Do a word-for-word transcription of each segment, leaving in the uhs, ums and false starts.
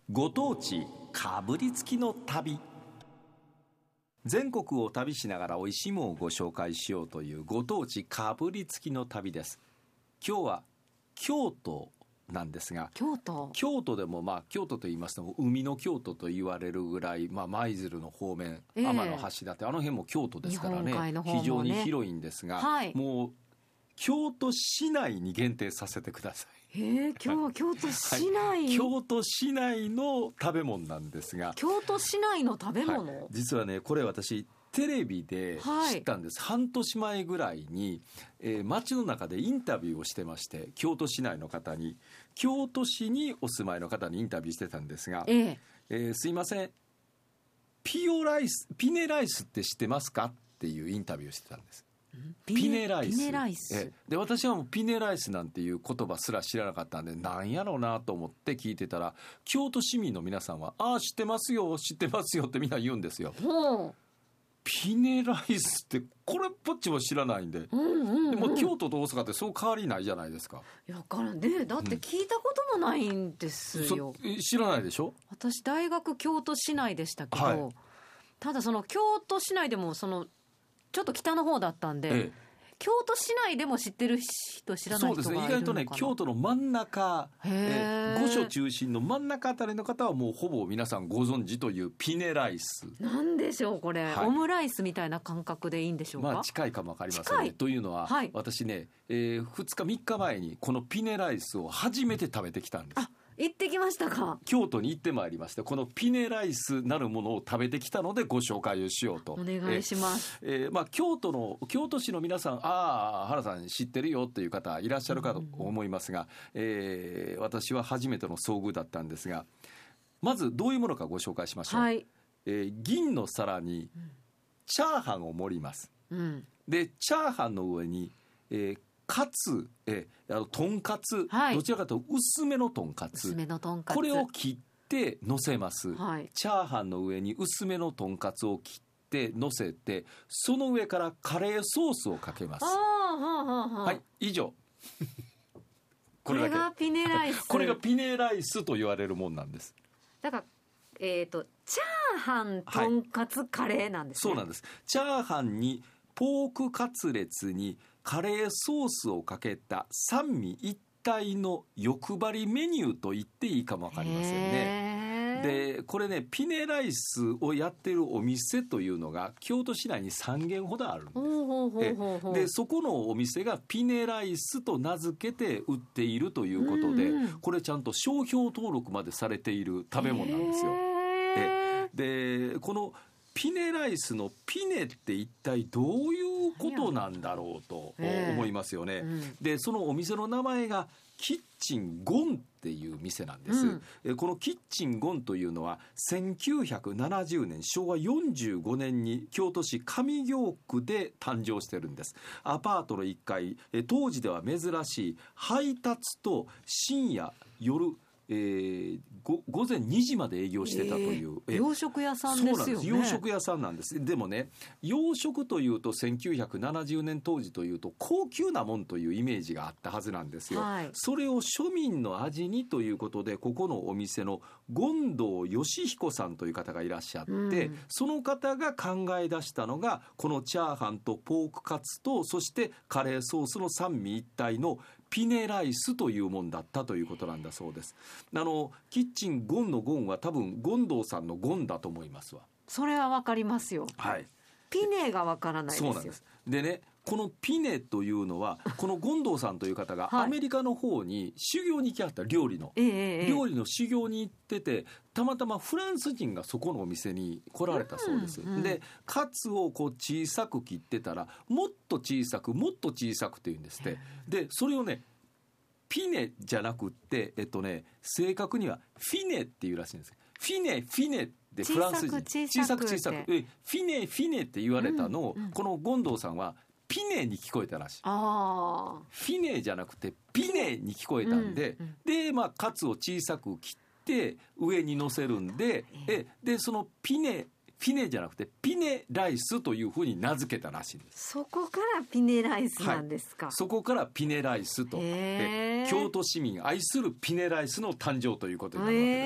ご当地かぶりつきの旅。全国を旅しながらおいしいものをご紹介しようというご当地かぶりつきの旅です。今日は京都なんですが、 京都京都でもまあ京都と言いますと海の京都と言われるぐらい、まあ、舞鶴の方面、えー、天橋立、あの辺も京都ですからね、 ね非常に広いんですが、はい、もう京都市内に限定させてください。 へえ、今日は京都市内、はい、 京都市内の食べ物なんですが、 京都市内の食べ物、 はい、実はねこれ私テレビで知ったんです、はい、半年前ぐらいに、えー、街の中でインタビューをしてまして、京都市内の方に、京都市にお住まいの方にインタビューしてたんですが、えーえー、すいません、ピオライスピネライスって知ってますかっていうインタビューをしてたんです。ピネ、ピネライス、 ピネライスえで私はもうピネライスなんていう言葉すら知らなかったんで、なんやろうなと思って聞いてたら、京都市民の皆さんはああ知ってますよ知ってますよってみんな言うんですよ。ピネライスってこれっぽっちも知らないんで、うんうんうん、でも京都と大阪ってそう変わりないじゃないですか。 いやからね、だって聞いたこともないんですよ、 うん、知らないでしょ。 私大学京都市内でしたけど、はい、ただその京都市内でもそのちょっと北の方だったんで、ええ、京都市内でも知ってる人知らない人がいるのかな。そうですね、 意外とね京都の真ん中、え御所中心の真ん中あたりの方はもうほぼ皆さんご存知というピネライスなんでしょうこれ、はい、オムライスみたいな感覚でいいんでしょうか。 まあ近いかも分かりませんね。というのは、はい、私ね、えー、ふつかみっかまえにこのピネライスを初めて食べてきたんです。 あ、行ってきましたか。 京都に行ってまいりまして、このピネライスなるものを食べてきたのでご紹介をしようと。 お願いします。 えーえーまあ、京都の京都市の皆さん、ああ原さん知ってるよという方いらっしゃるかと思いますが、うんうんえー、私は初めての遭遇だったんですが、まずどういうものかご紹介しましょう、はいえー、銀の皿にチャーハンを盛ります、うん、でチャーハンの上に、えーカツ、えあのとんかつ、はい、どちらかというと薄めのとんかつ、 薄めのとんかつ、 これを切って乗せます、はい、チャーハンの上に薄めのとんかつを切って乗せて、その上からカレーソースをかけます。あ、はあはあ、はい、以上これだけ。これがピネライスこれがピネライスと言われるもんなんです。 だからえーと、チャーハンとんかつ、はい、カレーなんですね。 そうなんです。チャーハンにポークカツレツにカレーソースをかけた三位一体の欲張りメニューと言っていいかも分かりませんね。でこれねピネライスをやっているお店というのが京都市内にさんけんほどあるんです。えでそこのお店がピネライスと名付けて売っているということで、これちゃんと商標登録までされている食べ物なんですよ。えでこのピネライスのピネって一体どういうことなんだろうと思いますよね、えーうん、でそのお店の名前がキッチンゴンっていう店なんです、うん、このキッチンゴンというのはせんきゅうひゃくななじゅうねんしょうわよんじゅうごねんに京都市上京区で誕生してるんです。アパートのいっかい、当時では珍しい配達と深夜夜えー、ご午前にじまで営業してたという、 えー、洋食屋さんですよね。 そうなんです、洋食屋さんなんです。でもね洋食というとせんきゅうひゃくななじゅうねん当時というと高級なもんというイメージがあったはずなんですよ、はい、それを庶民の味にということでここのお店の権藤義彦さんという方がいらっしゃって、うん、その方が考え出したのがこのチャーハンとポークカツとそしてカレーソースの三位一体のピネライスというもんだったということなんだそうです。あのキッチンゴンのゴンは多分権藤さんのゴンだと思いますわ。 それはわかりますよ、はい、ピネがわからないですよ。 そうなんです。でねこのピネというのはこの権藤さんという方がアメリカの方に修行に行きはった料理の、はい、料理の修行に行っててたまたまフランス人がそこのお店に来られたそうです、うんうん、でカツをこう小さく切ってたらもっと小さくもっと小さくっていうんですって。でそれをねピネじゃなくって、えっとね、正確にはフィネっていうらしいんです。フィネフィネってフランス人小さく小さくフィネフィネって言われたのを、うんうん、この権藤さんはピネに聞こえたらしい。あフィネじゃなくてピネに聞こえたんで、うんうん、で、まあ、カツを小さく切って上に乗せるんで、えでそのピネフィネじゃなくてピネライスというふうに名付けたらしいんです。 そこからピネライスなんですか、 はい、そこからピネライスと、京都市民愛するピネライスの誕生ということになるわけです。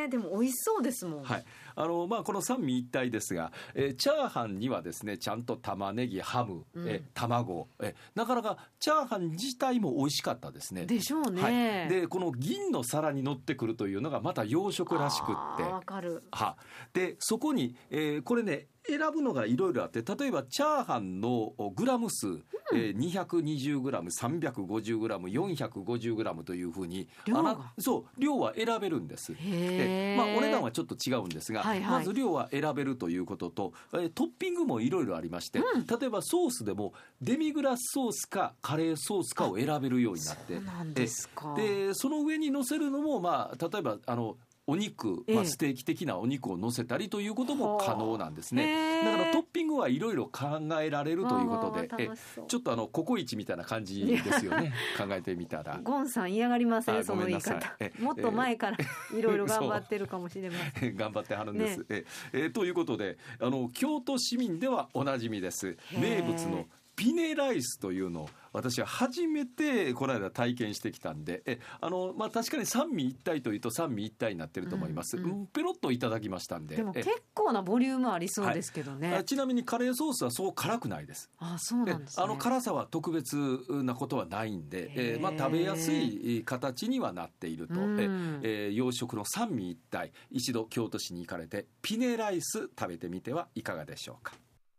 えー、でも美味しそうですもん。 はい、あのまあ、この三位一体ですが、えー、チャーハンにはですねちゃんと玉ねぎ、ハム、うん、えー、卵、えー、なかなかチャーハン自体も美味しかったですね。 でしょうね、 はい、でこの銀の皿に乗ってくるというのがまた洋食らしくって、 わかる。 はでそこに、えー、これね選ぶのがいろいろあって、例えばチャーハンのグラム数、うん、えー、にひゃくにじゅうグラム、さんびゃくごじゅうグラム、よんひゃくごじゅうグラムというふうに量がそう量は選べるんです。で、まあ、お値段はちょっと違うんですが、はいはい、まず量は選べるということと、えー、トッピングもいろいろありまして、うん、例えばソースでもデミグラスソースかカレーソースかを選べるようになって、 そうなんですか。 でその上に乗せるのも、まあ、例えばあのお肉、まあ、ステーキ的なお肉を乗せたりということも可能なんですね。だからトッピングはいろいろ考えられるということで、えちょっとあのココイチみたいな感じですよね考えてみたら。 ゴンさん嫌がりません、その言い方。もっと前からいろいろ頑張ってるかもしれません頑張ってはるんです、ねええということで、あの京都市民ではおなじみです、名物のピネライスというのを私は初めてこの間体験してきたんで、えあの、まあ、確かに三位一体というと三位一体になってると思います、うんうん、ペロッといただきましたんで。 でも結構なボリュームありそうですけどね、 はい、ちなみにカレーソースはそう辛くないです。 あ、そうなんですね。 あの辛さは特別なことはないんで、えーまあ、食べやすい形にはなっていると、ええー、洋食の三位一体、一度京都市に行かれてピネライス食べてみてはいかがでしょうか。